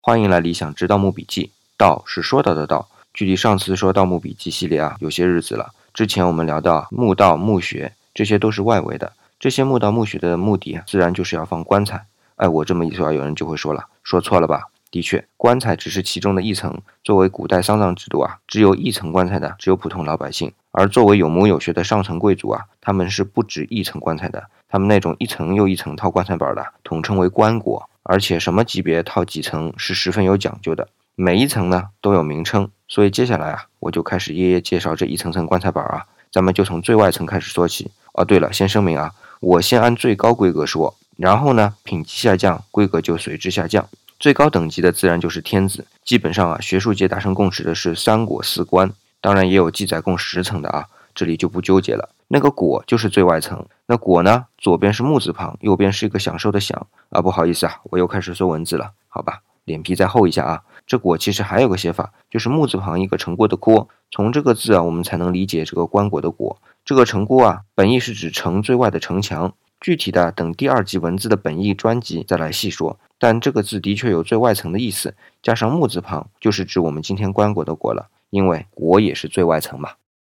欢迎来理想之盗墓笔记。盗是说到的盗，距离上次说盗墓笔记系列有些日子了。之前我们聊到墓道、墓穴，这些都是外围的。这些墓道、墓穴的目的自然就是要放棺材。我这么一说，有人就会说了，说错了吧？的确，棺材只是其中的一层。作为古代丧葬制度只有一层棺材的只有普通老百姓，而作为有墓有穴的上层贵族他们是不止一层棺材的。他们那种一层又一层套棺材板的，统称为棺椁。而且什么级别套几层是十分有讲究的，每一层呢都有名称。所以接下来我就开始一一介绍这一层层棺材板咱们就从最外层开始说起。对了，先声明我先按最高规格说，然后呢品级下降，规格就随之下降。最高等级的自然就是天子，基本上学术界达成共识的是三椁四棺，当然也有记载共10层的这里就不纠结了。那个椁就是最外层，那椁呢，左边是木字旁，右边是一个享受的享不好意思我又开始说文字了，好吧，脸皮再厚一下这椁其实还有个写法，就是木字旁一个城郭的郭，从这个字我们才能理解这个棺椁的椁。这个城郭本意是指城最外的城墙，具体的等第2集文字的本意专辑再来细说。但这个字的确有最外层的意思，加上木字旁就是指我们今天棺椁的椁了，因为椁也是最外层嘛。